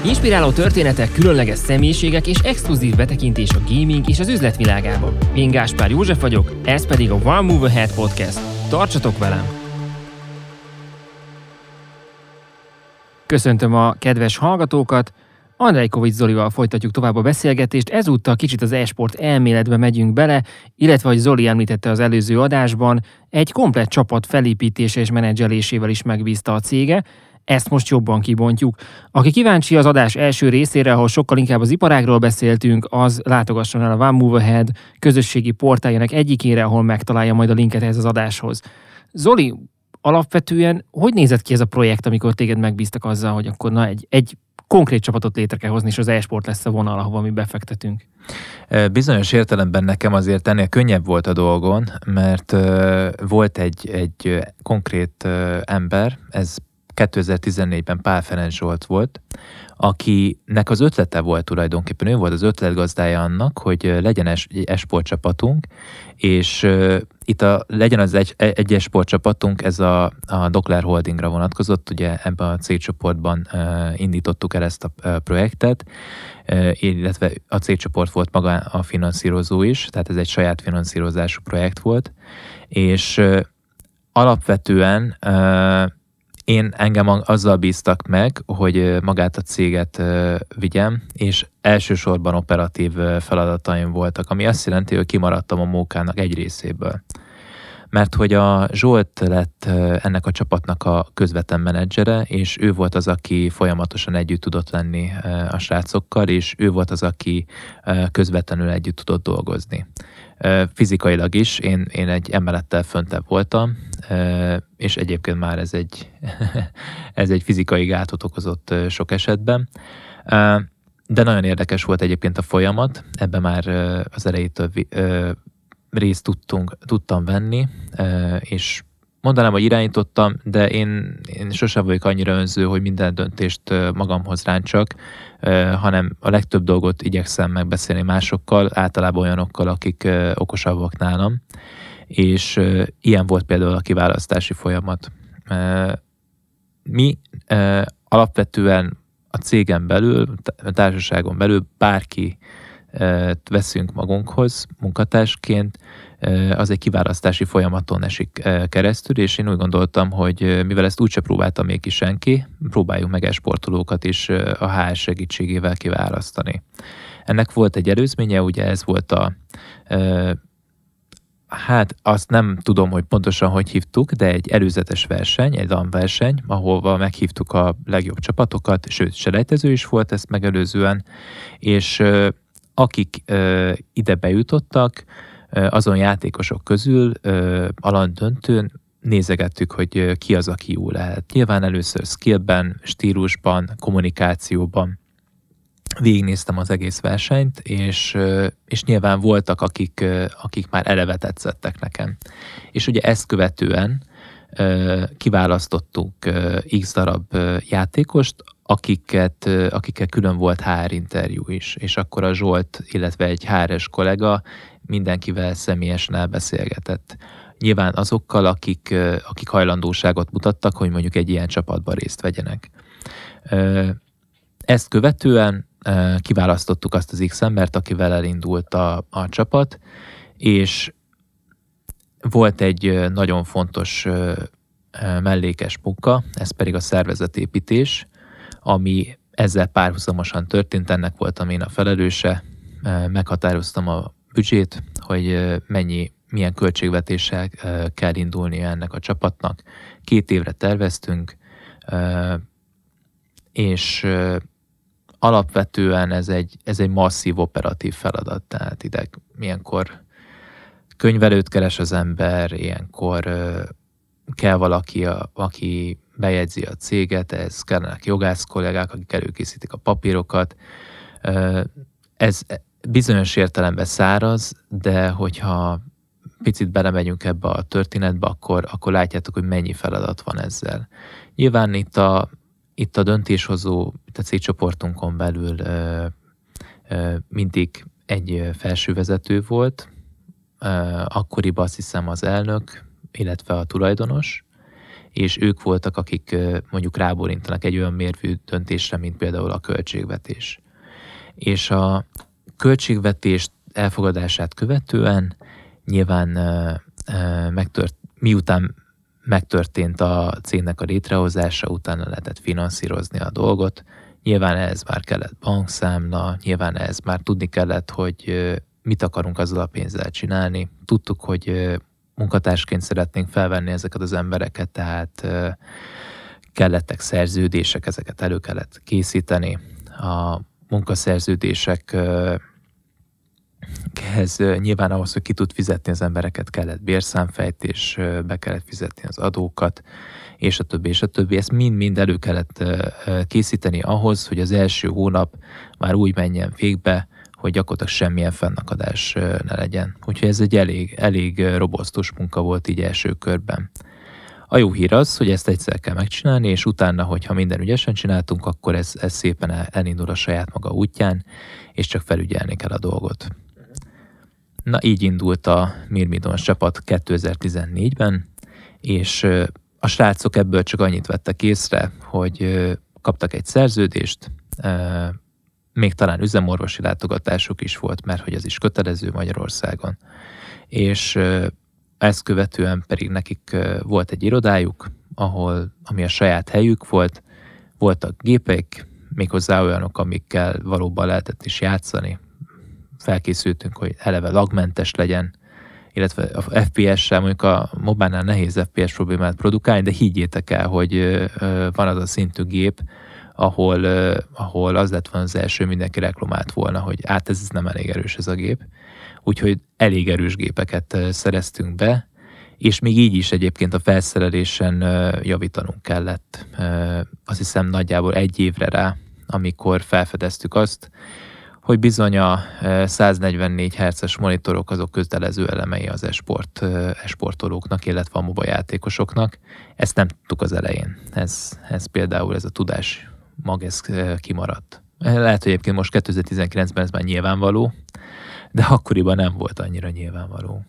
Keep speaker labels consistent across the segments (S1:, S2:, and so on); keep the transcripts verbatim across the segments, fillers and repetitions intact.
S1: Inspiráló történetek, különleges személyiségek és exkluzív betekintés a gaming és az üzletvilágába. Én Gáspár József vagyok, ez pedig a One Move Ahead Podcast. Tartsatok velem! Köszöntöm a kedves hallgatókat! Andrejkovics Zolival folytatjuk tovább a beszélgetést, ezúttal kicsit az e-sport elméletbe megyünk bele, illetve, ahogy Zoli említette az előző adásban, egy komplett csapat felépítése és menedzselésével is megbízta a cége. Ezt most jobban kibontjuk. Aki kíváncsi az adás első részére, ahol sokkal inkább az iparágról beszéltünk, az látogasson el a One Move Ahead közösségi portáljának egyikére, ahol megtalálja majd a linket ehhez az adáshoz. Zoli, alapvetően hogy nézett ki ez a projekt, amikor téged megbíztak azzal, hogy akkor na egy, egy konkrét csapatot létre kell hozni, és az e-sport lesz a vonal, ahova mi befektetünk?
S2: Bizonyos értelemben nekem azért ennél könnyebb volt a dolgon, mert volt egy, egy konkrét ember, ez kétezer-tizennégyben Pál Ferenc Zsolt volt, akinek az ötlete volt tulajdonképpen, ő volt az ötletgazdája annak, hogy legyen egy e-sport csapatunk, és uh, itt a, legyen az egy, egy e-sport csapatunk, ez a, a Dokler Holdingra vonatkozott, ugye ebben a cégcsoportban uh, indítottuk el ezt a uh, projektet, uh, illetve a cégcsoport volt maga a finanszírozó is, tehát ez egy saját finanszírozású projekt volt, és uh, alapvetően uh, Én engem azzal bíztak meg, hogy magát a céget vigyem, és elsősorban operatív feladataim voltak, ami azt jelenti, hogy kimaradtam a mókának egy részéből. Mert hogy a Zsolt lett ennek a csapatnak a közvetlen menedzsere, és ő volt az, aki folyamatosan együtt tudott lenni a srácokkal, és ő volt az, aki közvetlenül együtt tudott dolgozni. Fizikailag is, én, én egy emelettel föntebb voltam, és egyébként már ez egy, ez egy fizikai gátot okozott sok esetben. De nagyon érdekes volt egyébként a folyamat, ebben már az elejétől részt tudtunk, tudtam venni, és mondanám, hogy irányítottam, de én, én sosem vagyok annyira önző, hogy minden döntést magamhoz ráncsak, hanem a legtöbb dolgot igyekszem megbeszélni másokkal, általában olyanokkal, akik okosabbak nálam, és ilyen volt például a kiválasztási folyamat. Mi alapvetően a cégen belül, a társaságon belül bárki veszünk magunkhoz munkatársként, az egy kiválasztási folyamaton esik keresztül, és én úgy gondoltam, hogy mivel ezt úgyse próbáltam még ki senki, próbáljuk meg e-sportolókat is a há er segítségével kiválasztani. Ennek volt egy előzménye, ugye ez volt a hát azt nem tudom, hogy pontosan hogy hívtuk, de egy előzetes verseny, egy LAN verseny, ahol meghívtuk a legjobb csapatokat, sőt, selejtező is volt ezt megelőzően, és akik ö, ide bejutottak, ö, azon játékosok közül ö, alan döntőn nézegettük, hogy ki az, aki jó lehet. Nyilván először skillben, stílusban, kommunikációban végignéztem az egész versenyt, és, ö, és nyilván voltak, akik, ö, akik már eleve tetszettek nekem. És ugye ezt követően ö, kiválasztottuk ö, x darab ö, játékost, akiket, akikkel külön volt há er interjú is, és akkor a Zsolt, illetve egy há er es kollega mindenkivel személyesen elbeszélgetett. Nyilván azokkal, akik, akik hajlandóságot mutattak, hogy mondjuk egy ilyen csapatban részt vegyenek. Ezt követően kiválasztottuk azt az X embert, akivel elindult a, a csapat, és volt egy nagyon fontos mellékes munka, ez pedig a szervezetépítés, ami ezzel párhuzamosan történt, ennek voltam én a felelőse, meghatároztam a büdzsét, hogy mennyi, milyen költségvetéssel kell indulnia ennek a csapatnak. Két évre terveztünk, és alapvetően ez egy, ez egy masszív operatív feladat, tehát ide milyenkor könyvelőt keres az ember, ilyenkor kell valaki, aki bejegyzi a céget, ez kellenek jogász kollégák, akik előkészítik a papírokat. Ez bizonyos értelemben száraz, de hogyha picit belemegyünk ebbe a történetbe, akkor, akkor látjátok, hogy mennyi feladat van ezzel. Nyilván itt a, itt a döntéshozó, itt a cégcsoportunkon belül ö, ö, mindig egy felsővezető volt, ö, akkoriban azt hiszem az elnök, illetve a tulajdonos, és ők voltak, akik mondjuk rábólintanak egy olyan mérvű döntésre, mint például a költségvetés. És a költségvetés elfogadását követően nyilván megtört, miután megtörtént a cégnek a létrehozása, utána lehetett finanszírozni a dolgot. Nyilván ehhez már kellett bankszámla, nyilván ehhez már tudni kellett, hogy mit akarunk azzal a pénzzel csinálni. Tudtuk, hogy munkatársként szeretnénk felvenni ezeket az embereket, tehát kellettek szerződések, ezeket elő kellett készíteni. A munkaszerződésekhez nyilván ahhoz, hogy ki tud fizetni az embereket, kellett bérszámfejtés, be kellett fizetni az adókat, és a többi, és a többi. Ezt mind-mind elő kellett készíteni ahhoz, hogy az első hónap már úgy menjen végbe, hogy gyakorlatilag semmilyen fennakadás ne legyen. Úgyhogy ez egy elég, elég robosztus munka volt így első körben. A jó hír az, hogy ezt egyszer kell megcsinálni, és utána, hogyha minden ügyesen csináltunk, akkor ez, ez szépen elindul a saját maga útján, és csak felügyelni kell a dolgot. Na, így indult a Myrmidons csapat kétezer-tizennégyben, és a srácok ebből csak annyit vettek észre, hogy kaptak egy szerződést, még talán üzemorvosi látogatásuk is volt, mert hogy ez is kötelező Magyarországon, és ezt követően pedig nekik volt egy irodájuk, ahol, ami a saját helyük volt, voltak gépeik, méghozzá olyanok, amikkel valóban lehetett is játszani. Felkészültünk, hogy eleve lagmentes legyen, illetve a ef pé es-sel, mondjuk a mobánál nehéz ef pé es problémát produkálni, de higgyétek el, hogy van az a szintű gép, ahol, ahol az lett volna az első, mindenki reklamált volna, hogy át ez nem elég erős ez a gép. Úgyhogy elég erős gépeket szereztünk be, és még így is egyébként a felszerelésen javítanunk kellett. Azt hiszem nagyjából egy évre rá, amikor felfedeztük azt, hogy bizony a száznegyvennégy hertzes monitorok azok kötelező elemei az e-sport, e-sportolóknak, illetve a moba játékosoknak. Ezt nem tudtuk az elején. Ez, ez például ez a tudás mag, ez kimaradt. Lehet, hogy egyébként most kétezer-tizenkilencben ez már nyilvánvaló, de akkoriban nem volt annyira nyilvánvaló.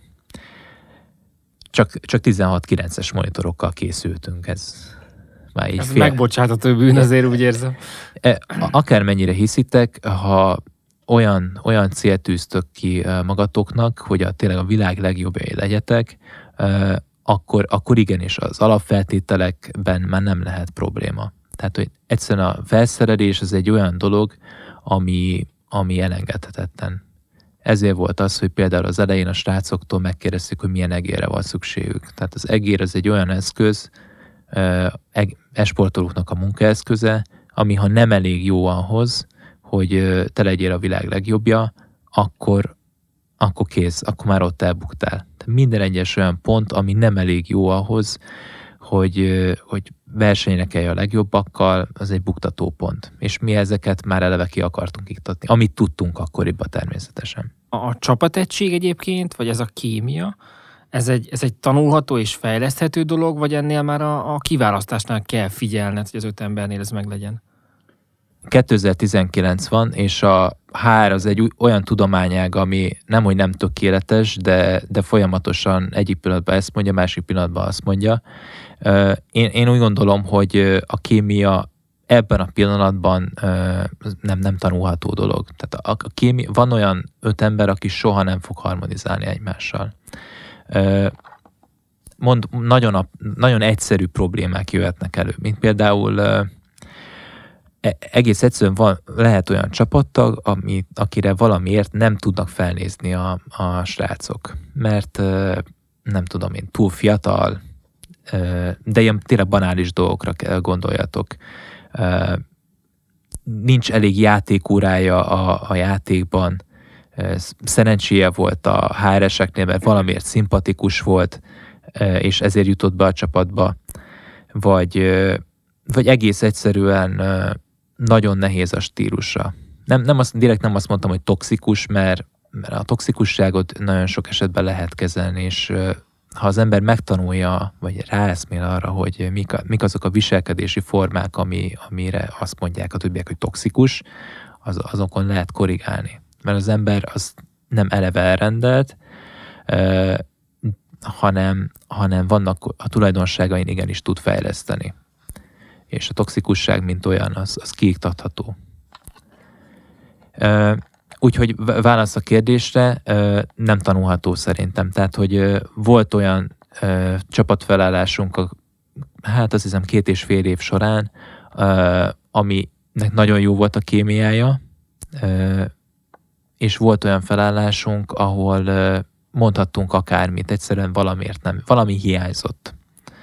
S2: Csak, csak tizenhat kilences monitorokkal készültünk, ez már így
S1: ez
S2: fél...
S1: megbocsátható bűn, azért úgy érzem.
S2: Akármennyire hiszitek, ha olyan, olyan célt tűztök ki magatoknak, hogy a, tényleg a világ legjobbjai legyetek, akkor, akkor igenis az alapfeltételekben már nem lehet probléma. Tehát, hogy egyszerűen a felszerelés az egy olyan dolog, ami, ami elengedhetetlen. Ezért volt az, hogy például az elején a srácoktól megkérdeztük, hogy milyen egérre van szükségük. Tehát az egér az egy olyan eszköz, e-sportolóknak a munkaeszköze, ami ha nem elég jó ahhoz, hogy te legyél a világ legjobbja, akkor, akkor kész, akkor már ott elbuktál. Tehát minden egyes olyan pont, ami nem elég jó ahhoz, hogy, hogy versenyre kelj a legjobbakkal, az egy buktató pont. És mi ezeket már eleve ki akartunk iktatni, amit tudtunk akkoriban természetesen.
S1: A, a csapategység egyébként, vagy ez a kémia, ez egy, ez egy tanulható és fejleszthető dolog, vagy ennél már a, a kiválasztásnál kell figyelned, hogy az öt embernél ez meglegyen?
S2: kétezer-tizenkilenc van, és a há er az egy olyan tudományág, ami nemhogy nem tökéletes, de, de folyamatosan egyik pillanatban ezt mondja, másik pillanatban azt mondja. Én, én úgy gondolom, hogy a kémia ebben a pillanatban nem, nem tanulható dolog. Tehát a, a kémia, van olyan öt ember, aki soha nem fog harmonizálni egymással. Mond, nagyon, a, nagyon egyszerű problémák jöhetnek elő, mint például egész egyszerűen van, lehet olyan csapattag, ami, akire valamiért nem tudnak felnézni a, a srácok, mert nem tudom én, túl fiatal, de ilyen tényleg banális dolgokra gondoljatok. Nincs elég játékórája a, a játékban, szerencséje volt a há er eseknél, mert valamiért szimpatikus volt, és ezért jutott be a csapatba, vagy, vagy egész egyszerűen nagyon nehéz a stílusa. Nem, nem azt, direkt nem azt mondtam, hogy toxikus, mert, mert a toxikusságot nagyon sok esetben lehet kezelni, és ha az ember megtanulja, vagy ráeszmél arra, hogy mik, a, mik azok a viselkedési formák, ami, amire azt mondják a többiek, hogy toxikus, az, azokon lehet korrigálni. Mert az ember az nem eleve elrendelt, hanem, hanem vannak a tulajdonságain igenis tud fejleszteni. És a toxikusság, mint olyan, az, az kiiktatható. Úgyhogy válasz a kérdésre, nem tanulható szerintem. Tehát, hogy volt olyan csapatfelállásunk, a, hát azt hiszem két és fél év során, aminek nagyon jó volt a kémiája, és volt olyan felállásunk, ahol mondhattunk akármit, egyszerűen valamiért nem, valami hiányzott.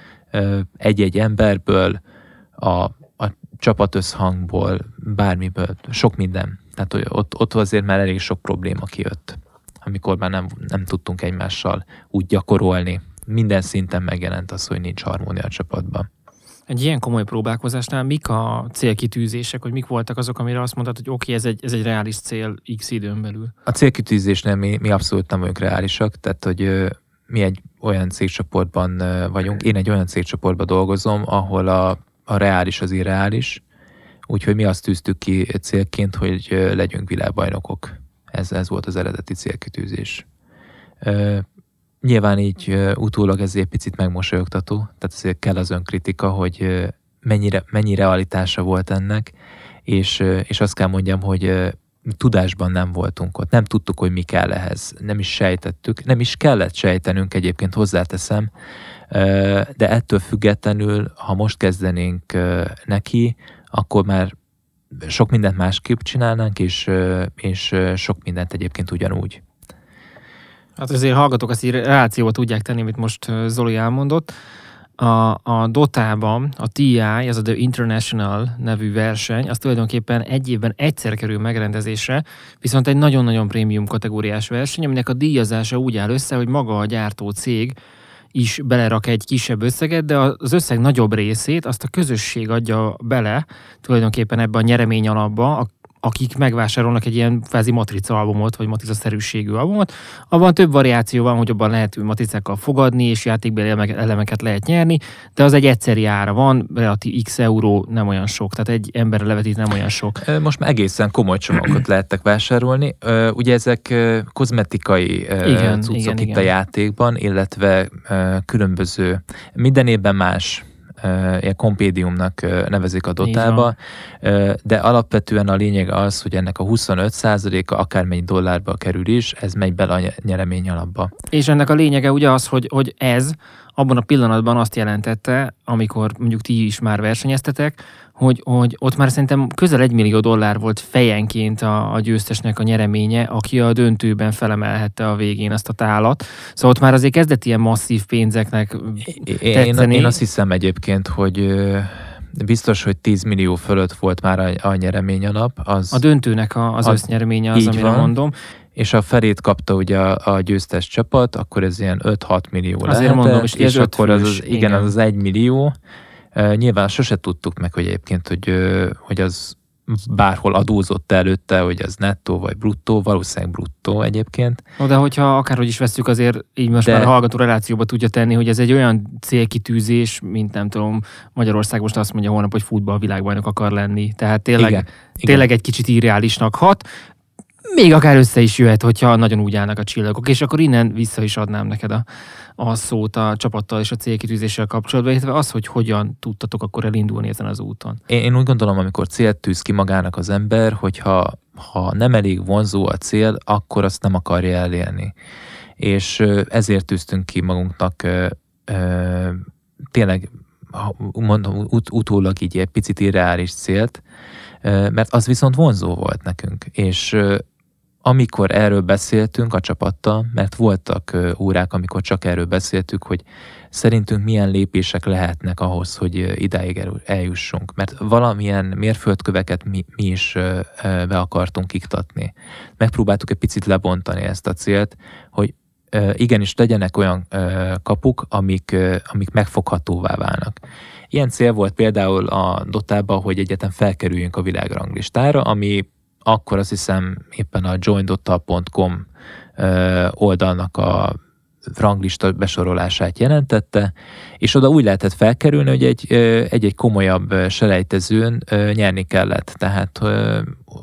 S2: Egy-egy emberből, a, a csapatösszhangból, bármiből, sok minden. Tehát ott, ott azért már elég sok probléma kijött, amikor már nem, nem tudtunk egymással úgy gyakorolni. Minden szinten megjelent az, hogy nincs harmónia a csapatban.
S1: Egy ilyen komoly próbálkozásnál mik a célkitűzések, hogy mik voltak azok, amire azt mondtad, hogy oké, okay, ez, egy, ez egy reális cél X időn belül?
S2: A célkitűzésnél mi, mi abszolút nem vagyunk reálisak, tehát hogy ö, mi egy olyan cégcsoportban ö, vagyunk, én egy olyan cégcsoportban dolgozom, ahol a, a reális az irreális, úgyhogy mi azt tűztük ki célként, hogy ö, legyünk világbajnokok. Ez, ez volt az eredeti célkitűzés. Ö, Nyilván így uh, utólag ez egy picit megmosolyogtató, tehát azért kell az önkritika, hogy uh, mennyire, mennyi realitása volt ennek, és, uh, és azt kell mondjam, hogy uh, tudásban nem voltunk ott, nem tudtuk, hogy mi kell ehhez, nem is sejtettük, nem is kellett sejtenünk, egyébként hozzáteszem, uh, de ettől függetlenül, ha most kezdenénk uh, neki, akkor már sok mindent másképp csinálnánk, és, uh, és uh, sok mindent egyébként ugyanúgy.
S1: Hát azért hallgatók azt így relációba tudják tenni, amit most Zoli elmondott. A, a Dotában a té i, ez a The International nevű verseny, az tulajdonképpen egy évben egyszer kerül megrendezésre, viszont egy nagyon-nagyon prémium kategóriás verseny, aminek a díjazása úgy áll össze, hogy maga a gyártó cég is belerak egy kisebb összeget, de az összeg nagyobb részét azt a közösség adja bele tulajdonképpen ebbe a nyeremény alapba, a akik megvásárolnak egy ilyen kvázi matrica albumot, vagy matrica-szerűségű albumot. Abban több variáció van, hogy abban lehet matricákkal fogadni, és játékbeli elemeket lehet nyerni, de az egy egyszeri ára van, relatív x euró nem olyan sok, tehát egy emberre levetít nem olyan sok.
S2: Most már egészen komoly csomagokat lehettek vásárolni. Ugye ezek kozmetikai igen, cuccok igen, itt igen. a játékban, illetve különböző, minden évben más ilyen kompédiumnak nevezik a Dotába, de alapvetően a lényeg az, hogy ennek a huszonöt százaléka akármennyi dollárba kerül is, ez megy bele a nyeremény alapba.
S1: És ennek a lényege ugye az, hogy, hogy ez abban a pillanatban azt jelentette, amikor mondjuk ti is már versenyeztetek, hogy, hogy ott már szerintem közel egy millió dollár volt fejenként a, a győztesnek a nyereménye, aki a döntőben felemelhette a végén azt a tálat. Szóval ott már azért kezdett ilyen masszív pénzeknek tetszeni.
S2: Én, én azt hiszem egyébként, hogy biztos, hogy tíz millió fölött volt már a, a nyeremény alap. Az,
S1: a döntőnek a, az, az össznyereménye az, amire van. mondom.
S2: És a felét kapta ugye a, a győztes csapat, akkor ez ilyen öt-hat millió
S1: Azért
S2: lehetett,
S1: mondom, és,
S2: és akkor az, az, igen,
S1: igen.
S2: az az egy millió. Uh, nyilván sose tudtuk meg, hogy egyébként, hogy, uh, hogy az bárhol adózott előtte, hogy az nettó vagy bruttó, valószínűleg bruttó egyébként.
S1: No, de hogyha akárhogy is veszük, azért így most de... már a hallgató relációba tudja tenni, hogy ez egy olyan célkitűzés, mint nem tudom, Magyarország most azt mondja holnap, hogy futballvilágbajnok akar lenni. Tehát tényleg,
S2: igen,
S1: tényleg
S2: igen.
S1: egy kicsit irreálisnak hat. Még akár össze is jöhet, hogyha nagyon úgy állnak a csillagok, és akkor innen vissza is adnám neked a, a szót a csapattal és a célkitűzéssel kapcsolatban, illetve az, hogy hogyan tudtatok akkor elindulni ezen az úton.
S2: Én, én úgy gondolom, amikor célt tűz ki magának az ember, hogyha ha nem elég vonzó a cél, akkor azt nem akarja elérni. És ezért tűztünk ki magunknak tényleg, mondom, ut- utólag így egy picit irreális célt, mert az viszont vonzó volt nekünk. És amikor erről beszéltünk a csapattal, mert voltak órák, amikor csak erről beszéltük, hogy szerintünk milyen lépések lehetnek ahhoz, hogy idáig eljussunk. Mert valamilyen mérföldköveket mi, mi is be akartunk iktatni. Megpróbáltuk egy picit lebontani ezt a célt, hogy igenis legyenek olyan kapuk, amik, amik megfoghatóvá válnak. Ilyen cél volt például a Dotában, hogy egyetem felkerüljünk a világranglistára, ami akkor azt hiszem éppen a join dota pont com oldalnak a ranglista besorolását jelentette, és oda úgy lehetett felkerülni, hogy egy, egy-egy komolyabb selejtezőn nyerni kellett. Tehát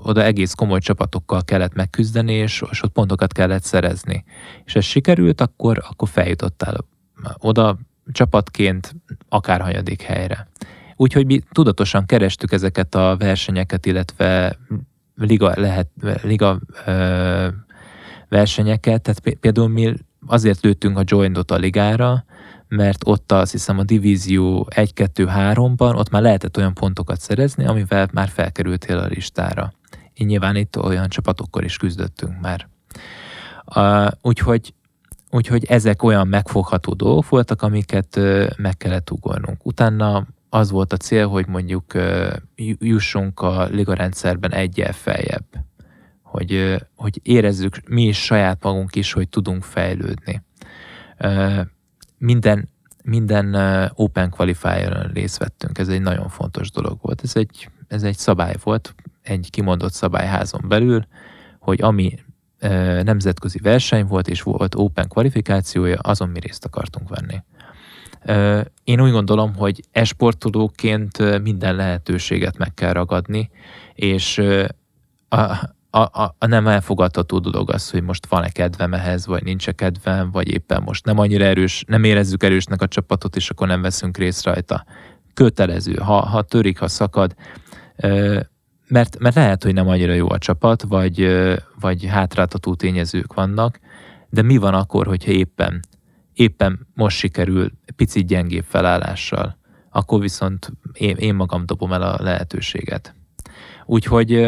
S2: oda egész komoly csapatokkal kellett megküzdeni, és, és ott pontokat kellett szerezni. És ez sikerült, akkor, akkor feljutottál oda csapatként akárhanyadik helyre. Úgyhogy mi tudatosan kerestük ezeket a versenyeket, illetve liga, lehet, liga ö, versenyeket, tehát például mi azért lőttünk a Jointot a ligára, mert ott azt hiszem a divízió egy kettő háromban ott már lehetett olyan pontokat szerezni, amivel már felkerültél a listára. Én nyilván itt olyan csapatokkal is küzdöttünk már. Uh, úgyhogy, úgyhogy ezek olyan megfogható dolgok voltak, amiket uh, meg kellett ugornunk. Utána az volt a cél, hogy mondjuk uh, jussunk a ligarendszerben egyel feljebb. Hogy, uh, hogy érezzük mi is saját magunk is, hogy tudunk fejlődni. Uh, Minden, minden Open Qualifier-on részt vettünk, ez egy nagyon fontos dolog volt. Ez egy, ez egy szabály volt, egy kimondott szabályházon belül, hogy ami e, nemzetközi verseny volt, és volt Open kvalifikációja, azon mi részt akartunk venni. E, én úgy gondolom, hogy e-sportolóként minden lehetőséget meg kell ragadni, és a, A, a, a nem elfogadható dolog az, hogy most van-e kedvem ehhez, vagy nincs-e kedvem, vagy éppen most nem annyira erős, nem érezzük erősnek a csapatot, és akkor nem veszünk részt rajta. Kötelező, ha, ha törik, ha szakad, mert, mert lehet, hogy nem annyira jó a csapat, vagy, vagy hátráltató tényezők vannak, de mi van akkor, hogyha éppen, éppen most sikerül picit gyengébb felállással, akkor viszont én, én magam dobom el a lehetőséget. Úgyhogy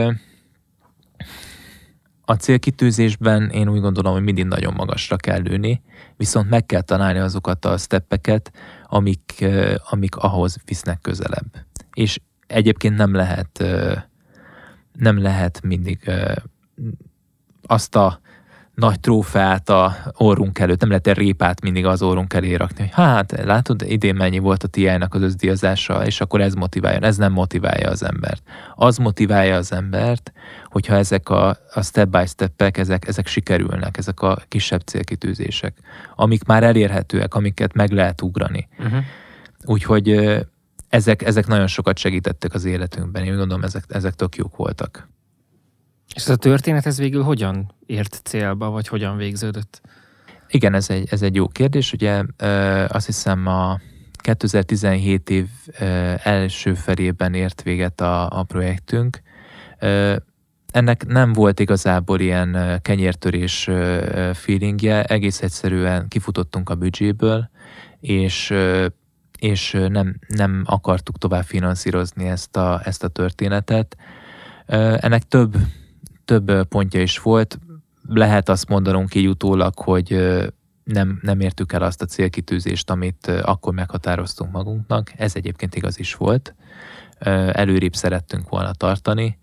S2: a célkitűzésben én úgy gondolom, hogy mindig nagyon magasra kell lőni, viszont meg kell találni azokat a steppeket, amik, amik ahhoz visznek közelebb. És egyébként nem lehet, nem lehet mindig azt a nagy trófeát a orrunk előtt, nem lehet egy répát mindig az orrunk elé rakni, hogy hát látod, idén mennyi volt a té i-nak az összdíjazása, és akkor ez motiválja. Ez nem motiválja az embert. Az motiválja az embert, hogyha ezek a, a step-by-step-ek, ezek, ezek sikerülnek, ezek a kisebb célkitűzések, amik már elérhetőek, amiket meg lehet ugrani. Uh-huh. Úgyhogy ezek, ezek nagyon sokat segítettek az életünkben. Én gondolom, ezek, ezek tök jók voltak.
S1: És ez a történet, ez végül hogyan ért célba, vagy hogyan végződött?
S2: Igen, ez egy, ez egy jó kérdés. Ugye azt hiszem a kétezer-tizenhét év első felében ért véget a, a projektünk. Ennek nem volt igazából ilyen kenyértörés feelingje, egész egyszerűen kifutottunk a büdzséből, és, és nem, nem akartuk tovább finanszírozni ezt a, ezt a történetet. Ennek több több pontja is volt. Lehet azt mondanunk így utólag, hogy nem, nem értük el azt a célkitűzést, amit akkor meghatároztunk magunknak. Ez egyébként igaz is volt. Előrébb szerettünk volna tartani.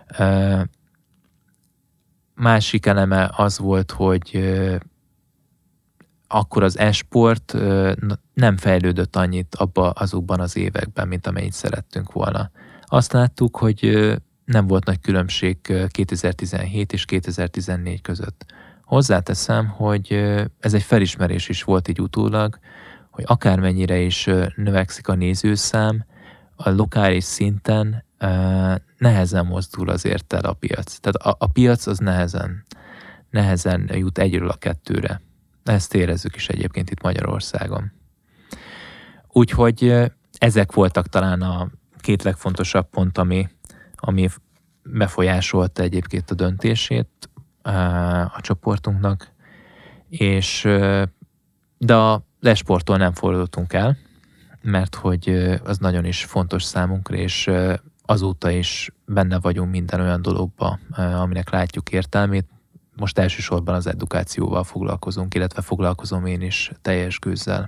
S2: Másik eleme az volt, hogy akkor az e-sport nem fejlődött annyit abba azokban az években, mint amennyit szerettünk volna. Azt láttuk, hogy nem volt nagy különbség kétezer-tizenhét és kétezer-tizennégy között. Hozzáteszem, hogy ez egy felismerés is volt így utólag, hogy akármennyire is növekszik a nézőszám, a lokális szinten nehezen mozdul azért el a piac. Tehát a, a piac az nehezen, nehezen jut egyről a kettőre. Ezt érezzük is egyébként itt Magyarországon. Úgyhogy ezek voltak talán a két legfontosabb pont, ami ami befolyásolta egyébként a döntését a csoportunknak, és de a e-sporttól nem fordultunk el, mert hogy az nagyon is fontos számunkra, és azóta is benne vagyunk minden olyan dologba, aminek látjuk értelmét. Most elsősorban az edukációval foglalkozunk, illetve foglalkozom én is teljes gőzzel.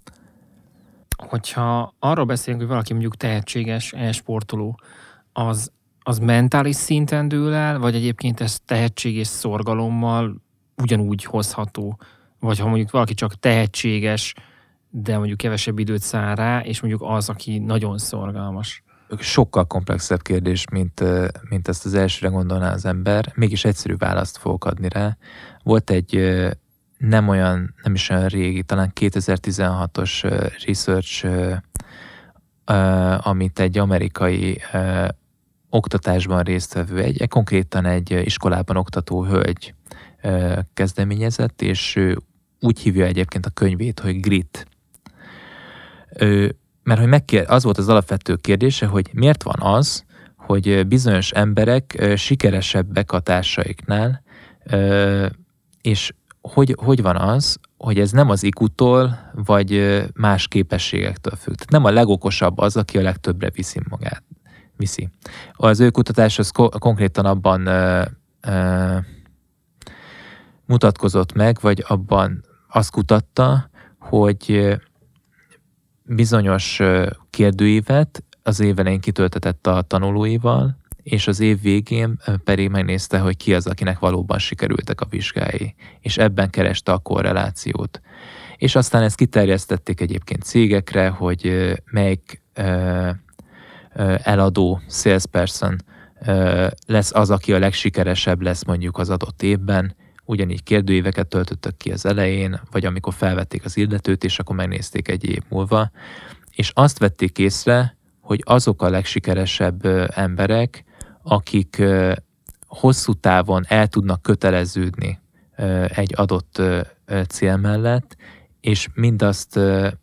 S1: Hogyha arról beszélünk, hogy valaki mondjuk tehetséges e-sportoló, az az mentális szinten dől el, vagy egyébként ez tehetség és szorgalommal ugyanúgy hozható? Vagy ha mondjuk valaki csak tehetséges, de mondjuk kevesebb időt szán rá, és mondjuk az, aki nagyon szorgalmas.
S2: Sokkal komplexebb kérdés, mint, mint ezt az elsőre gondolná az ember. Mégis egyszerű választ fogok adni rá. Volt egy nem olyan, nem is olyan régi, talán kétezer-tizenhatos research, amit egy amerikai oktatásban résztvevő, egy, egy konkrétan egy iskolában oktató hölgy ö, kezdeményezett, és ő úgy hívja egyébként a könyvét, hogy Grit. Ö, mert hogy megkér, az volt az alapvető kérdése, hogy miért van az, hogy bizonyos emberek ö, sikeresebbek a társaiknál, ö, és hogy, hogy van az, hogy ez nem az i kú-tól, vagy más képességektől függ. Tehát nem a legokosabb az, aki a legtöbbre viszi magát. Viszi. Az ő kutatás az ko- konkrétan abban ö, ö, mutatkozott meg, vagy abban azt kutatta, hogy bizonyos kérdőívet az év elején kitöltetett a tanulóival, és az év végén pedig megnézte, hogy ki az, akinek valóban sikerültek a vizsgái, és ebben kereste a korrelációt. És aztán ezt kiterjesztették egyébként cégekre, hogy melyik eladó, salesperson lesz az, aki a legsikeresebb lesz mondjuk az adott évben, ugyanígy kérdőíveket töltöttek ki az elején, vagy amikor felvették az illetőt, és akkor megnézték egy év múlva, és azt vették észre, hogy azok a legsikeresebb emberek, akik hosszú távon el tudnak köteleződni egy adott cél mellett, és mindazt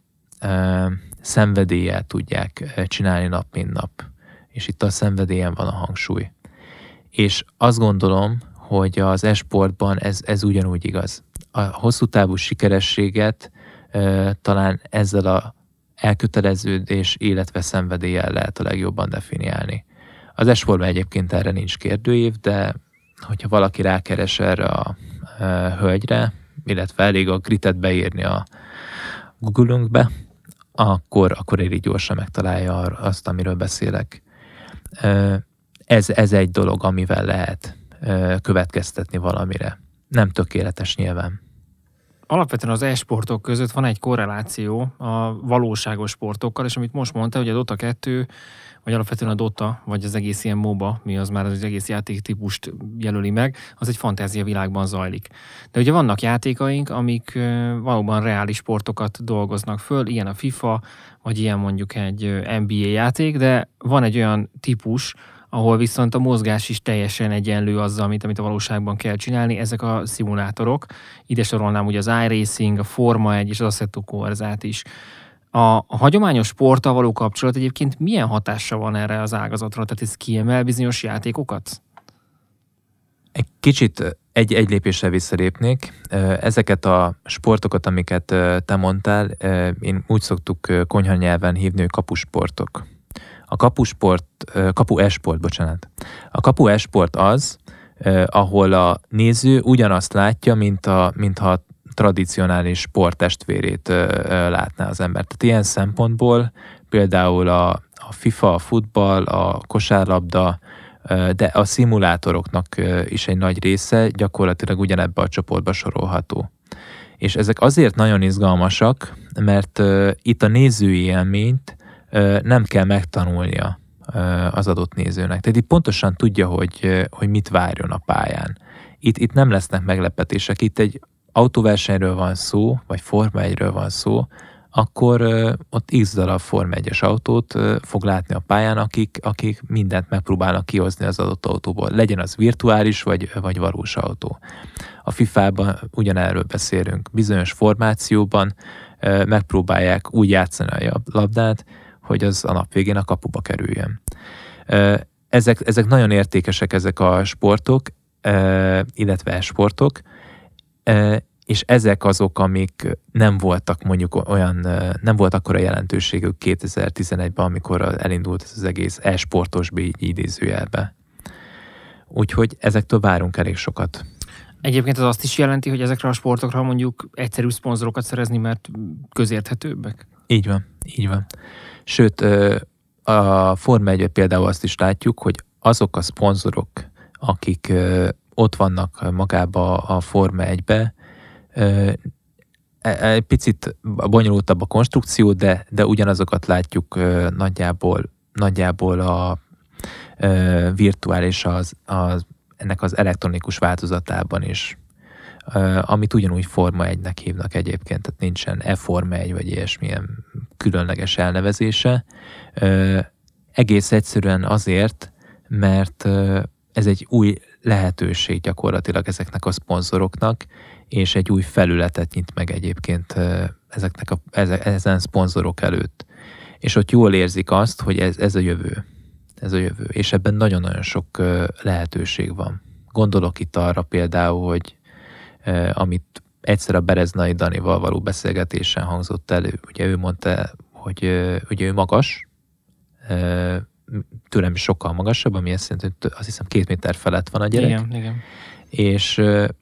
S2: szenvedéllyel tudják csinálni nap, mint nap. És itt a szenvedélyen van a hangsúly. És azt gondolom, hogy az e-sportban ez, ez ugyanúgy igaz. A hosszú távú sikerességet talán ezzel a elköteleződés, illetve szenvedéllyel lehet a legjobban definiálni. Az e-sportban egyébként erre nincs kérdőív, de hogyha valaki rákeres erre a e, hölgyre, illetve elég a Gritet beírni a Google-ünkbe, akkor, akkor elég gyorsan megtalálja azt, amiről beszélek. E, ez, ez egy dolog, amivel lehet e, következtetni valamire. Nem tökéletes nyilván.
S1: Alapvetően az e-sportok között van egy korreláció a valóságos sportokkal, és amit most mondta, hogy a Dota kettő, vagy alapvetően a Dota, vagy az egész ilyen MOBA, mi az már az egész játéktípust jelöli meg, az egy fantázia világban zajlik. De ugye vannak játékaink, amik valóban reális sportokat dolgoznak föl, ilyen a FIFA, vagy ilyen mondjuk egy en bé á játék, de van egy olyan típus, ahol viszont a mozgás is teljesen egyenlő azzal, mint amit a valóságban kell csinálni, ezek a szimulátorok. Ide sorolnám ugye az iRacing, a Forma egy és az Assetto Corsát is. A, a hagyományos sporttal való kapcsolat egyébként milyen hatása van erre az ágazatra? Tehát ez kiemel bizonyos játékokat?
S2: Egy kicsit egy, egy lépésre visszalépnék. Ezeket a sportokat, amiket te mondtál, én úgy szoktuk konyhanyelven hívni, hogy kapusportok. A kapusport, kapu e-sport, bocsánat. A kapu e-sport az, ahol a néző ugyanazt látja, mint a, mintha a tradicionális sporttestvérét látná az ember. Tehát ilyen szempontból például a, a FIFA, a futball, a kosárlabda, de a szimulátoroknak is egy nagy része gyakorlatilag ugyanebbe a csoportba sorolható. És ezek azért nagyon izgalmasak, mert itt a nézői élményt nem kell megtanulnia az adott nézőnek. Tehát itt pontosan tudja, hogy, hogy mit várjon a pályán. Itt, itt nem lesznek meglepetések. Itt egy autóversenyről van szó, vagy Forma egyről van szó, akkor ott x darab Forma egyes autót fog látni a pályán, akik, akik mindent megpróbálnak kihozni az adott autóból. Legyen az virtuális, vagy, vagy valós autó. A fifában ugyanerről beszélünk. Bizonyos formációban megpróbálják úgy játszani a labdát, hogy az a nap végén a kapuba kerüljön. Ezek, ezek nagyon értékesek, ezek a sportok, illetve e-sportok, és ezek azok, amik nem voltak mondjuk olyan, nem volt akkora jelentőségük kétezer-tizenegyben, amikor elindult ez az egész e-sportos idézőjelbe. Úgyhogy ezektől várunk elég sokat.
S1: Egyébként az azt is jelenti, hogy ezekre a sportokra mondjuk egyszerű szponzorokat szerezni, mert közérthetőbbek?
S2: Így van, így van. Sőt, a Forma egyben például azt is látjuk, hogy azok a szponzorok, akik ott vannak magába a Forma egybe, egy picit bonyolultabb a konstrukció, de, de ugyanazokat látjuk nagyjából, nagyjából a virtuális az, az, ennek az elektronikus változatában is, amit ugyanúgy Forma egynek hívnak egyébként, tehát nincsen e-Forma egy vagy ilyesmilyen különleges elnevezése. Egész egyszerűen azért, mert ez egy új lehetőség gyakorlatilag ezeknek a szponzoroknak, és egy új felületet nyit meg egyébként ezeknek a, ezen szponzorok előtt. És ott jól érzik azt, hogy ez, ez a jövő. Ez a jövő. És ebben nagyon-nagyon sok lehetőség van. Gondolok itt arra például, hogy amit egyszer a Bereznai Danival való beszélgetésen hangzott elő. Ugye ő mondta, hogy ugye ő magas, tőlem is sokkal magasabb, ami azt jelenti, hogy azt hiszem két méter felett van a gyerek.
S1: Igen, igen.
S2: És,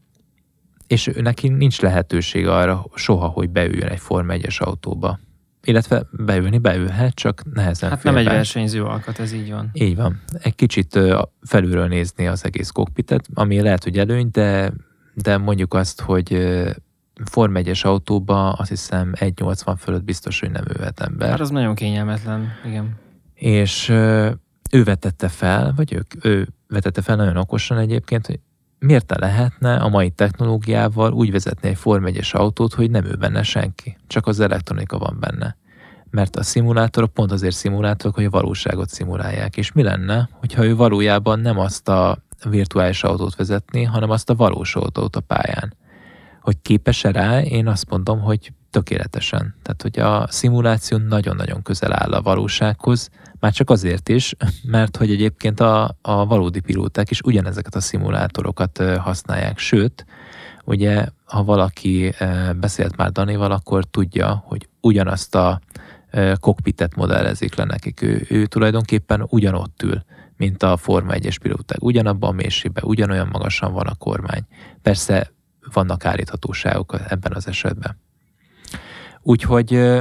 S2: és neki nincs lehetőség arra soha, hogy beüljön egy Forma egyes autóba. Illetve beülni beülhet, csak nehezen
S1: Hát
S2: fél
S1: nem egy
S2: be.
S1: versenyző alkat, ez így van.
S2: Így van. Egy kicsit felülről nézni az egész kokpitet, ami lehet, hogy előny, de, de mondjuk azt, hogy Forma egyes autóba azt hiszem egy nyolcvan fölött biztos, hogy nem ülhet ember.
S1: Hát az nagyon kényelmetlen, igen.
S2: És ő vetette fel, vagy ők, ő vetette fel nagyon okosan egyébként, hogy miért ne lehetne a mai technológiával úgy vezetni egy Forma egyes autót, hogy nem ül benne senki, csak az elektronika van benne. Mert a szimulátorok pont azért szimulátorok, hogy a valóságot szimulálják. És mi lenne, hogyha ő valójában nem azt a virtuális autót vezetni, hanem azt a valós autót a pályán. Hogy képes-e rá, én azt mondom, hogy tökéletesen. Tehát, hogy a szimuláció nagyon-nagyon közel áll a valósághoz, már csak azért is, mert hogy egyébként a, a valódi pilóták is ugyanezeket a szimulátorokat használják. Sőt, ugye, ha valaki beszélt már Danival, akkor tudja, hogy ugyanazt a kokpitet modellezik le nekik. Ő, ő tulajdonképpen ugyanott ül, mint a Forma egyes pilóták. Ugyanabban a mélységben, ugyanolyan magasan van a kormány. Persze vannak állíthatóságok ebben az esetben. Úgyhogy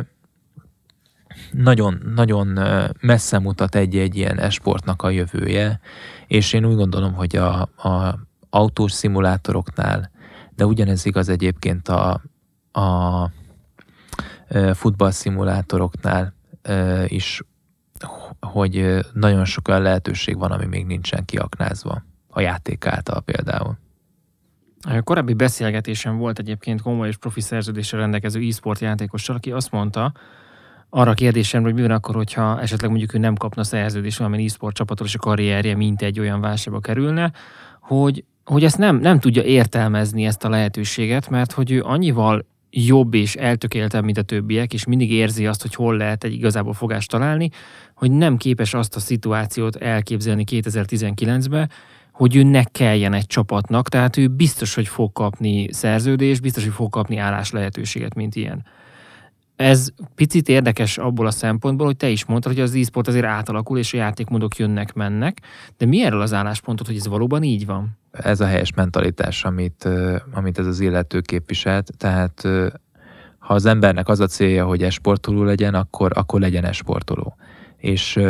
S2: nagyon, nagyon messze mutat egy-egy ilyen esportnak a jövője, és én úgy gondolom, hogy a, a autós szimulátoroknál, de ugyanez igaz egyébként a, a futballszimulátoroknál is, hogy nagyon sok olyan lehetőség van, ami még nincsen kiaknázva. A játék által például.
S1: A korábbi beszélgetésen volt egyébként komoly és profi szerződéssel rendelkező e-sport játékossal, aki azt mondta, arra a kérdésemre, hogy mi van akkor, hogyha esetleg mondjuk ő nem kapna szerződést valamilyen e-sport csapattól, és a karrierje mint egy olyan válságba kerülne, hogy, hogy ezt nem, nem tudja értelmezni, ezt a lehetőséget, mert hogy ő annyival jobb és eltökéltebb, mint a többiek, és mindig érzi azt, hogy hol lehet egy igazából fogást találni, hogy nem képes azt a szituációt elképzelni kétezer-tizenkilencben, hogy ő ne kelljen egy csapatnak, tehát ő biztos, hogy fog kapni szerződést, biztos, hogy fog kapni állás lehetőséget, mint ilyen. Ez picit érdekes abból a szempontból, hogy te is mondtad, hogy az e-sport azért átalakul, és a játékmódok jönnek-mennek, de mi erről az álláspontot, hogy ez valóban így van?
S2: Ez a helyes mentalitás, amit, amit ez az illető képviselt, tehát ha az embernek az a célja, hogy esportoló legyen, akkor, akkor legyen esportoló. És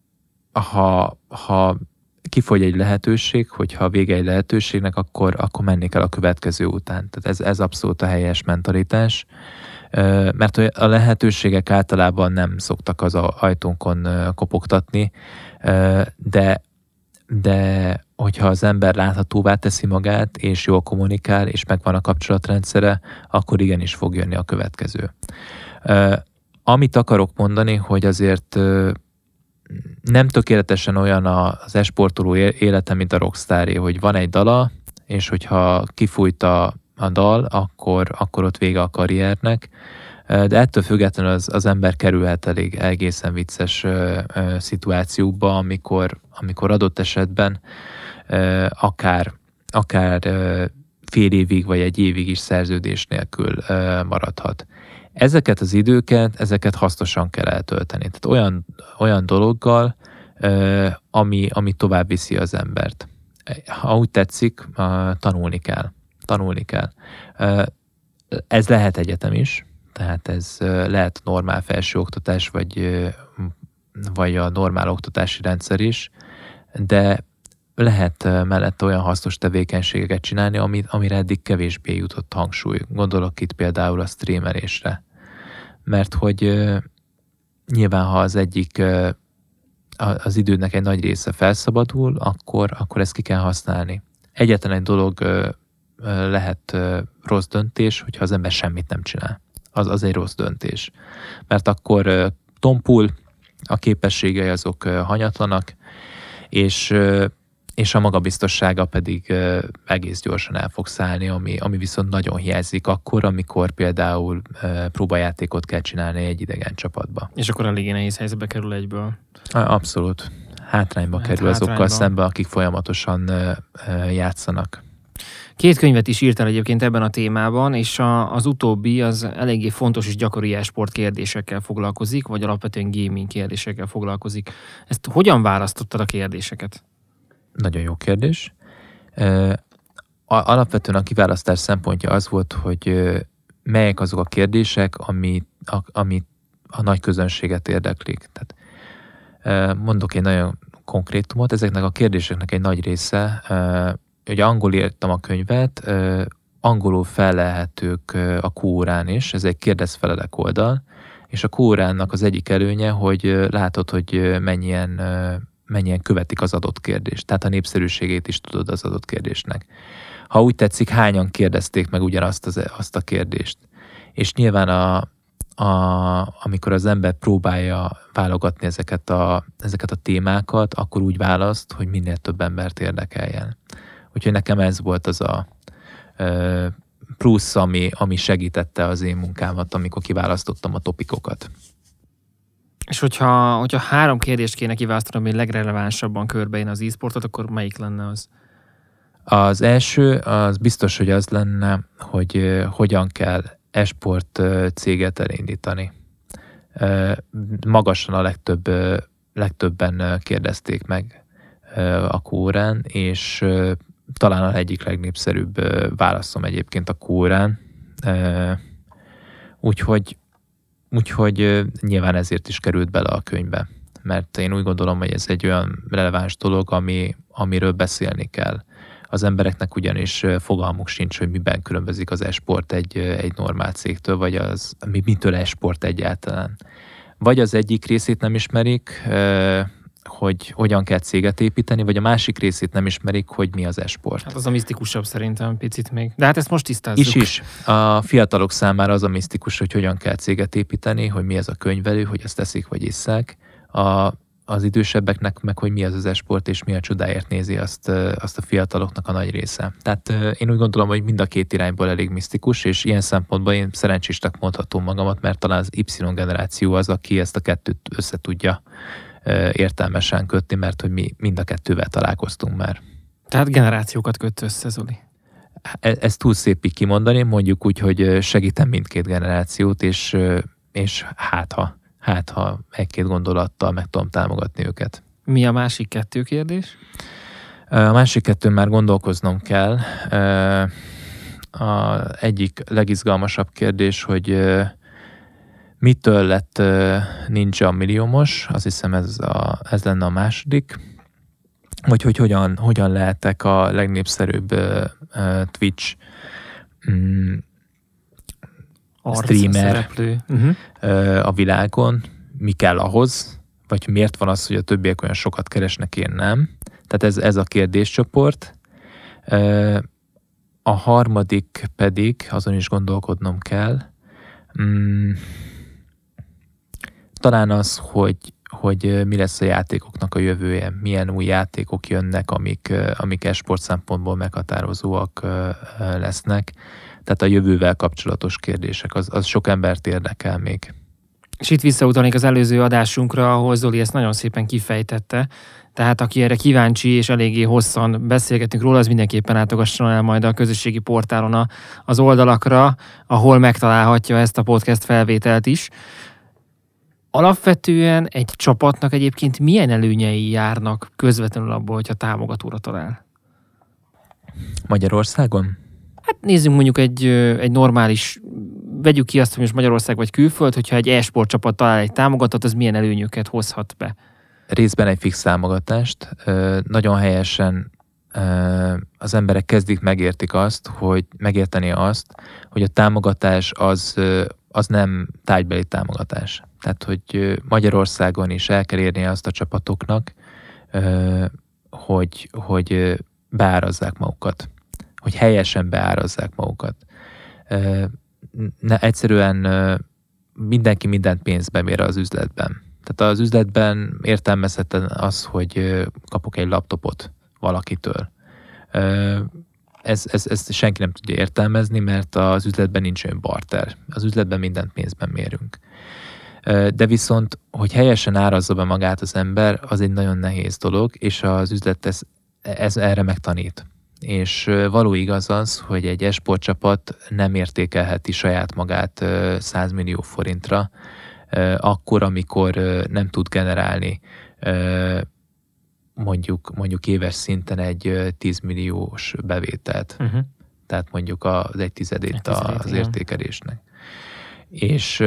S2: ha, ha kifogy egy lehetőség, hogyha vége egy lehetőségnek, akkor, akkor menni kell a következő után. Tehát ez, ez abszolút a helyes mentalitás, mert a lehetőségek általában nem szoktak az ajtónkon kopogtatni, de, de hogyha az ember láthatóvá teszi magát, és jól kommunikál, és megvan a kapcsolatrendszere, akkor igenis fog jönni a következő. Amit akarok mondani, hogy azért nem tökéletesen olyan az esportoló élete, mint a rockstáré, hogy van egy dala, és hogyha kifújt a, a dal, akkor, akkor ott vége a karriernek, de ettől függetlenül az, az ember kerülhet elég egészen vicces ö, ö, szituációkba, amikor, amikor adott esetben ö, akár, akár ö, fél évig vagy egy évig is szerződés nélkül ö, maradhat. Ezeket az időket, ezeket hasznosan kell eltölteni. Tehát olyan, olyan dologgal, ami, ami tovább viszi az embert. Ha úgy tetszik, tanulni kell. Tanulni kell. Ez lehet egyetem is, tehát ez lehet normál felsőoktatás, vagy, vagy a normál oktatási rendszer is, de lehet mellett olyan hasznos tevékenységeket csinálni, amire eddig kevésbé jutott hangsúly. Gondolok itt például a streamelésre. Mert hogy uh, nyilván, ha az egyik uh, az idődnek egy nagy része felszabadul, akkor, akkor ezt ki kell használni. Egyetlen egy dolog uh, lehet uh, rossz döntés, hogyha az ember semmit nem csinál. Az, az egy rossz döntés. Mert akkor uh, tompul, a képességei azok uh, hanyatlanak, és, és a magabiztossága pedig egész gyorsan el fog szállni, ami, ami viszont nagyon hiányzik akkor, amikor például próbajátékot kell csinálni egy idegen csapatba.
S1: És akkor eléggé nehéz helyzetbe kerül egyből.
S2: Abszolút. Hátrányba hát kerül hátrányba. Azokkal szembe, akik folyamatosan játszanak.
S1: Két könyvet is írtál egyébként ebben a témában, és a, az utóbbi az eléggé fontos és gyakori e-sport kérdésekkel foglalkozik, vagy alapvetően gaming kérdésekkel foglalkozik. Ezt hogyan választottad a kérdéseket?
S2: Nagyon jó kérdés. Alapvetően a kiválasztás szempontja az volt, hogy melyek azok a kérdések, ami, ami a nagy közönséget érdeklik. Tehát mondok egy nagyon konkrétumot, ezeknek a kérdéseknek egy nagy része, hogy angol írtam a könyvet, angolul felelhetők a Quorán is, ez egy kérdezfelelek oldal, és a Quoránnak az egyik előnye, hogy látod, hogy mennyien, mennyien követik az adott kérdést, tehát a népszerűségét is tudod az adott kérdésnek. Ha úgy tetszik, hányan kérdezték meg ugyanazt az, azt a kérdést. És nyilván a, a, amikor az ember próbálja válogatni ezeket a, ezeket a témákat, akkor úgy választ, hogy minél több embert érdekeljen. Úgyhogy nekem ez volt az a ö, plusz, ami, ami segítette az én munkámat, amikor kiválasztottam a topikokat.
S1: És hogyha, hogyha három kérdést kéne kiválasztani, ami legrelevánsabban körbeén az e-sportot, akkor melyik lenne az?
S2: Az első, az biztos, hogy az lenne, hogy uh, hogyan kell e-sport uh, céget elindítani. Uh, magasan a legtöbb, uh, legtöbben uh, kérdezték meg uh, a Quorán, és uh, talán a egyik legnépszerűbb uh, válaszom egyébként a Quorán. Uh, úgyhogy úgyhogy uh, nyilván ezért is került bele a könyvbe. Mert én úgy gondolom, hogy ez egy olyan releváns dolog, ami, amiről beszélni kell. Az embereknek ugyanis fogalmuk sincs, hogy miben különbözik az e-sport egy, egy normál cégtől, vagy az, mi, mitől e-sport egyáltalán. Vagy az egyik részét nem ismerik, hogy hogyan kell céget építeni, vagy a másik részét nem ismerik, hogy mi az e-sport.
S1: Hát az a misztikusabb szerintem picit még. De hát ezt most tisztázzuk.
S2: Is is. A fiatalok számára az a misztikus, hogy hogyan kell céget építeni, hogy mi ez a könyvelő, hogy ezt teszik vagy isszák. A az idősebbeknek meg, hogy mi az az e-sport, és mi a csodáért nézi azt, azt a fiataloknak a nagy része. Tehát én úgy gondolom, hogy mind a két irányból elég misztikus, és ilyen szempontból én szerencsésnek mondhatom magamat, mert talán az Y generáció az, aki ezt a kettőt össze tudja értelmesen kötni, mert hogy mi mind a kettővel találkoztunk már.
S1: Tehát generációkat köt össze, Zoli.
S2: Ez, ez túl szép így kimondani, mondjuk úgy, hogy segítem mindkét generációt, és, és hát ha Hát, ha egy-két gondolattal meg tudom támogatni őket.
S1: Mi a másik kettő kérdés?
S2: A másik kettőn már gondolkoznom kell. A egyik legizgalmasabb kérdés, hogy mitől lett Ninja milliómos, azt hiszem ez, a, ez lenne a második. Vagy hogy hogyan, hogyan lehetek a legnépszerűbb Twitch streamer uh-huh. a világon, mi kell ahhoz, vagy miért van az, hogy a többiek olyan sokat keresnek, én nem. Tehát ez, ez a kérdéscsoport. A harmadik pedig, azon is gondolkodnom kell, hmm, talán az, hogy, hogy mi lesz a játékoknak a jövője, milyen új játékok jönnek, amik, amik e-sport szempontból meghatározóak lesznek. Tehát a jövővel kapcsolatos kérdések, az, az sok embert érdekel még.
S1: És itt visszautalnék az előző adásunkra, ahol Zoli ezt nagyon szépen kifejtette. Tehát aki erre kíváncsi és eléggé hosszan beszélgetünk róla, az mindenképpen látogasson el majd a közösségi portálon a, az oldalakra, ahol megtalálhatja ezt a podcast felvételt is. Alapvetően egy csapatnak egyébként milyen előnyei járnak közvetlenül abból, hogyha támogatóra talál?
S2: Magyarországon?
S1: Hát nézzünk mondjuk egy, egy normális, vegyük ki azt, hogy most Magyarország vagy külföld, hogyha egy e-sport csapat talál egy támogatót, az milyen előnyöket hozhat be?
S2: Részben egy fix támogatást. Nagyon helyesen az emberek kezdik megértik azt, hogy megérteni azt, hogy a támogatás az, az nem tárgybeli támogatás. Tehát, hogy Magyarországon is el kell érni azt a csapatoknak, hogy, hogy beárazzák magukat. Hogy helyesen beárazzák magukat. Ne, egyszerűen mindenki mindent pénzbe mér az üzletben. Tehát az üzletben értelmezhetetlen az, hogy kapok egy laptopot valakitől. Ez, ez, ezt senki nem tudja értelmezni, mert az üzletben nincs olyan barter. Az üzletben mindent pénzben mérünk. De viszont, hogy helyesen árazza be magát az ember, az egy nagyon nehéz dolog, és az üzlet ez, ez erre megtanít. És való igaz az, hogy egy e-sportcsapat nem értékelheti saját magát száz millió forintra, akkor, amikor nem tud generálni mondjuk, mondjuk éves szinten egy tíz milliós bevételt. Uh-huh. Tehát mondjuk az egy tizedét az értékelésnek. És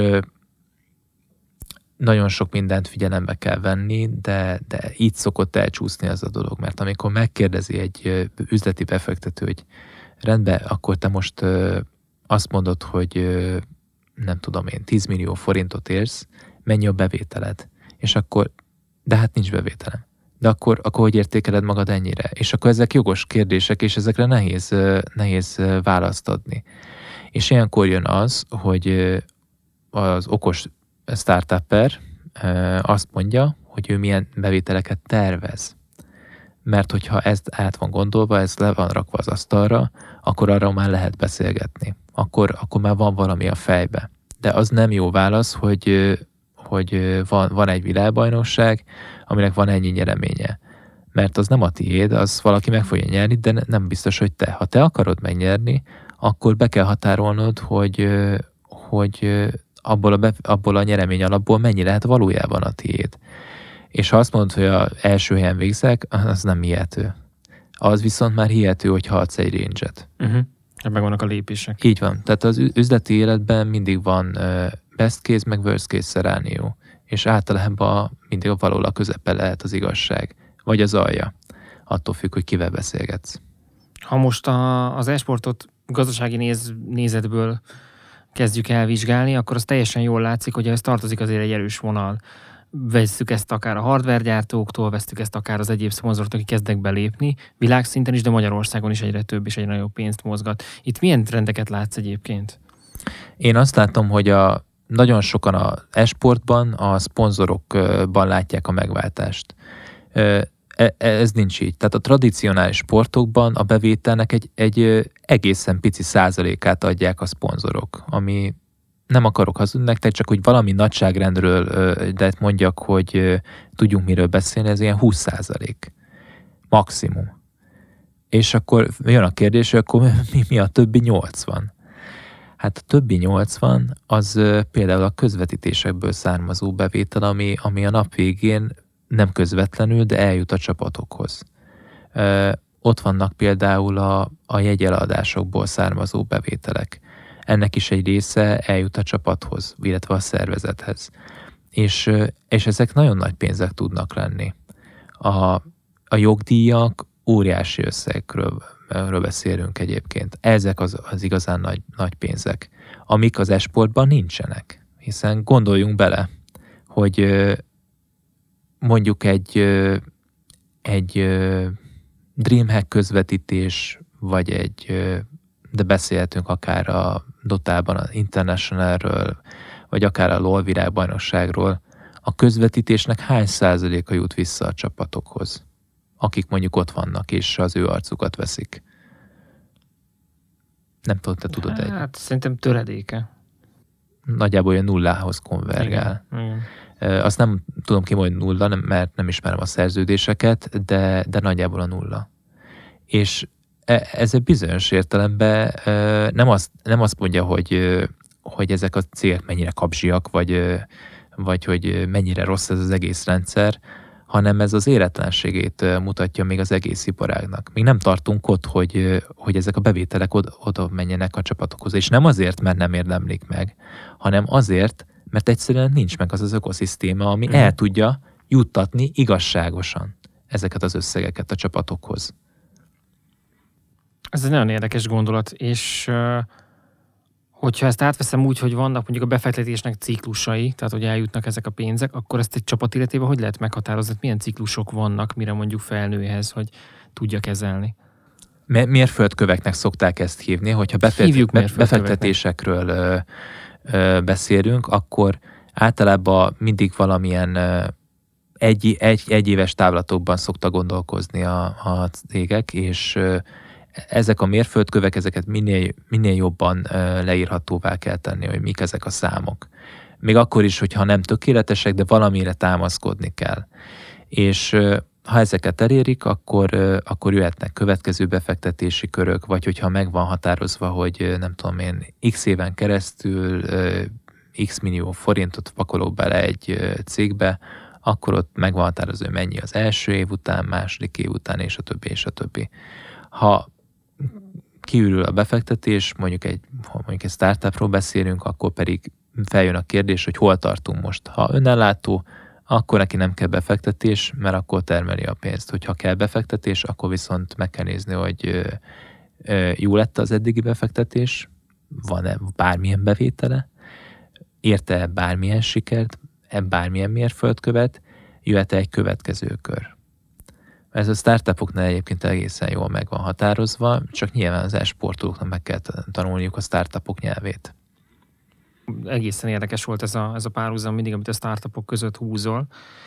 S2: nagyon sok mindent figyelembe kell venni, de, de így szokott elcsúszni az a dolog, mert amikor megkérdezi egy üzleti befektető, hogy rendben, akkor te most azt mondod, hogy nem tudom én, tíz millió forintot érsz, mennyi a bevételed? És akkor, de hát nincs bevételem. De akkor, akkor hogy értékeled magad ennyire? És akkor ezek jogos kérdések, és ezekre nehéz, nehéz választ adni. És ilyenkor jön az, hogy az okos startupper azt mondja, hogy ő milyen bevételeket tervez. Mert hogyha ez át van gondolva, ez le van rakva az asztalra, akkor arra már lehet beszélgetni. Akkor, akkor már van valami a fejbe. De az nem jó válasz, hogy, hogy van, van egy világbajnokság, aminek van ennyi nyereménye. Mert az nem a tiéd, az valaki meg fogja nyerni, de nem biztos, hogy te. Ha te akarod megnyerni, akkor be kell határolnod, hogy, hogy abból a, be, abból a nyeremény alapból mennyi lehet valójában a tiéd. És ha azt mondod, hogy az első helyen végzek, az nem hihető. Az viszont már hihető, hogyha adsz egy range-et.
S1: Uh-huh. Meg vannak a lépések.
S2: Így van. Tehát az üzleti életben mindig van best case, meg worst case szenárió. És általában mindig a valahol a közepe lehet az igazság. Vagy az alja. Attól függ, hogy kivel beszélgetsz.
S1: Ha most a, az e-sportot gazdasági néz, nézetből kezdjük el vizsgálni, akkor az teljesen jól látszik, hogy ez tartozik azért egy erős vonal. Vesszük ezt akár a hardware gyártóktól, vesszük ezt akár az egyéb szponzoroktól, akik kezdnek belépni, világszinten is, de Magyarországon is egyre több és egyre nagyobb pénzt mozgat. Itt milyen trendeket látsz egyébként?
S2: Én azt látom, hogy a, nagyon sokan az e-sportban, a szponzorokban látják a megváltást. Ez nincs így. Tehát a tradicionális sportokban a bevételnek egy, egy egészen pici százalékát adják a szponzorok, ami nem akarok hazudni nektek, csak hogy valami nagyságrendről, de mondjak, hogy tudjunk miről beszélni, ez ilyen húsz százalék. Maximum. És akkor jön a kérdés, hogy akkor mi, mi a többi nyolcvan? Hát a többi nyolcvan az például a közvetítésekből származó bevétel, ami, ami a nap végén nem közvetlenül, de eljut a csapatokhoz. Ö, ott vannak például a, a jegyeladásokból származó bevételek. Ennek is egy része eljut a csapathoz, illetve a szervezethez. És, és ezek nagyon nagy pénzek tudnak lenni. A, a jogdíjak óriási összegről beszélünk egyébként. Ezek az, az igazán nagy, nagy pénzek, amik az e-sportban nincsenek. Hiszen gondoljunk bele, hogy mondjuk egy, egy DreamHack közvetítés, vagy egy, de beszélhetünk akár a Dotában, az Internationalről, vagy akár a LoL világbajnokságról, a közvetítésnek hány százaléka jut vissza a csapatokhoz, akik mondjuk ott vannak, és az ő arcukat veszik. Nem tudom, te tudod egy.
S1: Hát szerintem töredéke.
S2: Nagyjából olyan nullához konvergál.
S1: Igen, igen.
S2: Azt nem tudom ki, hogy nulla, mert nem ismerem a szerződéseket, de, de nagyjából a nulla. És ez egy bizonyos értelemben nem azt, nem azt mondja, hogy, hogy ezek a cégek mennyire kapzsiak, vagy, vagy hogy mennyire rossz ez az egész rendszer, hanem ez az életlenségét mutatja még az egész iparágnak. Még nem tartunk ott, hogy, hogy ezek a bevételek oda, oda menjenek a csapatokhoz. És nem azért, mert nem érdemlik meg, hanem azért, mert egyszerűen nincs meg az az ökoszisztéma, ami mm. el tudja juttatni igazságosan ezeket az összegeket a csapatokhoz.
S1: Ez egy nagyon érdekes gondolat, és hogyha ezt átveszem úgy, hogy vannak mondjuk a befektetésnek ciklusai, tehát hogy eljutnak ezek a pénzek, akkor ezt egy csapat életében hogy lehet meghatározni? Milyen ciklusok vannak, mire mondjuk felnőhez, hogy tudja kezelni?
S2: Mérföldköveknek szokták ezt hívni, hogyha befektet, befektetésekről ö, ö, beszélünk, akkor Általában mindig valamilyen egy, egy, egy éves távlatokban szokta gondolkozni a, a cégek, és ezek a mérföldkövek, ezeket minél, minél jobban leírhatóvá kell tenni, hogy mik ezek a számok. Még akkor is, hogyha nem tökéletesek, de valamire támaszkodni kell. És ha ezeket elérik, akkor, akkor jöhetnek következő befektetési körök, vagy hogyha meg van határozva, hogy nem tudom én, x éven keresztül x millió forintot pakolok bele egy cégbe, akkor ott meg van határozva, hogy mennyi az első év után, második év után, és a többi, és a többi. Ha kiürül a befektetés, mondjuk egy, ha mondjuk egy startupról beszélünk, akkor pedig feljön a kérdés, hogy hol tartunk most. Ha önellátó, akkor neki nem kell befektetés, mert akkor termeli a pénzt. Hogyha kell befektetés, akkor viszont meg kell nézni, hogy jó lett az eddigi befektetés, van-e bármilyen bevétele, érte bármilyen sikert, bármilyen mérföldkövet, jöhet egy következő kör. Ez a startupoknál egyébként egészen jól meg van határozva, csak nyilván az e-sportolóknak meg kell tanulniuk a startupok nyelvét.
S1: Egészen érdekes volt ez a, ez a párhuzam mindig, amit a startupok között húzol.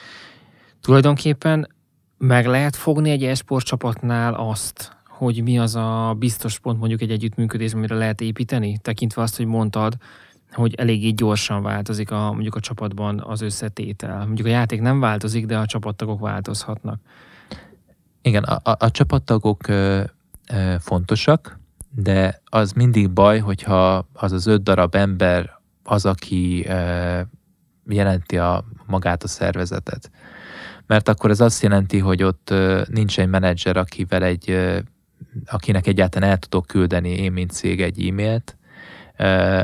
S1: Tulajdonképpen meg lehet fogni egy e-sport csapatnál azt, hogy mi az a biztos pont mondjuk egy együttműködés, amire lehet építeni, tekintve azt, hogy mondtad, hogy eléggé gyorsan változik a, mondjuk a csapatban az összetétel. Mondjuk a játék nem változik, de a csapattagok változhatnak.
S2: Igen, a, a, a csapattagok ö, ö, fontosak, de az mindig baj, hogyha az az öt darab ember az, aki ö, jelenti a, magát a szervezetet. Mert akkor ez azt jelenti, hogy ott ö, nincs egy menedzser, akivel egy, ö, akinek egyáltalán el tudok küldeni én, mint cég egy e-mailt. Ö,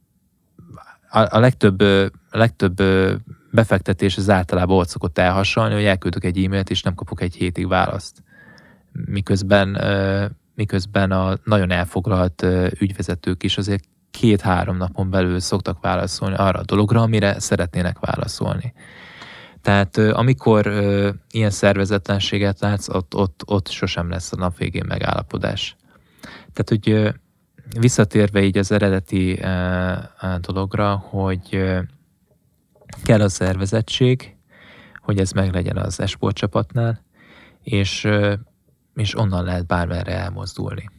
S2: a, a legtöbb, ö, a legtöbb ö, befektetés az általában ott szokott elhasonlni, hogy elküldök egy e-mailt, és nem kapok egy hétig választ. Miközben, miközben a nagyon elfoglalt ügyvezetők is azért két-három napon belül szoktak válaszolni arra a dologra, amire szeretnének válaszolni. Tehát amikor ilyen szervezetlenséget látsz, ott, ott, ott sosem lesz a nap végén megállapodás. Tehát, hogy visszatérve így az eredeti dologra, hogy kell a szervezettség, hogy ez meglegyen az e-sport csapatnál, és, és onnan lehet bármerre elmozdulni.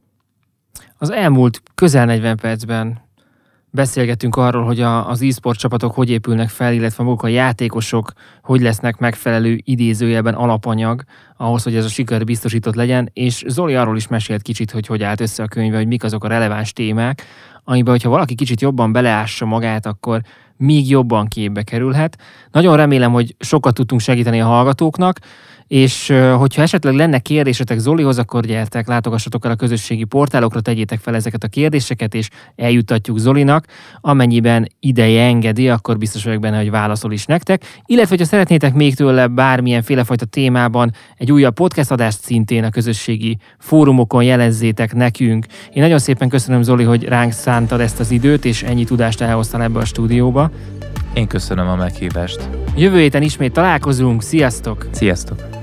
S1: Az elmúlt közel negyven percben beszélgettünk arról, hogy a, az e-sport csapatok hogy épülnek fel, illetve maguk a játékosok hogy lesznek megfelelő idézőjelben alapanyag ahhoz, hogy ez a siker biztosított legyen, és Zoli arról is mesélt kicsit, hogy hogy állt össze a könyve, hogy mik azok a releváns témák, amiben, hogyha valaki kicsit jobban beleássa magát, akkor még jobban képbe kerülhet. Nagyon remélem, hogy sokat tudtunk segíteni a hallgatóknak, és hogyha esetleg lenne kérdésetek Zolihoz, akkor gyertek, látogassatok el a közösségi portálokra, tegyétek fel ezeket a kérdéseket, és eljuttatjuk Zolinak. Amennyiben ideje engedi, akkor biztos vagyok benne, hogy válaszol is nektek. Illetve, hogyha szeretnétek még tőle bármilyen félefajta témában egy újabb podcast adást, szintén a közösségi fórumokon jelezzétek nekünk. Én nagyon szépen köszönöm, Zoli, hogy ránk szántad ezt az időt, és ennyi tudást elhoztál ebbe a stúdióba.
S2: Én köszönöm a meghívást.
S1: Jövő héten ismét találkozunk, sziasztok!
S2: Sziasztok!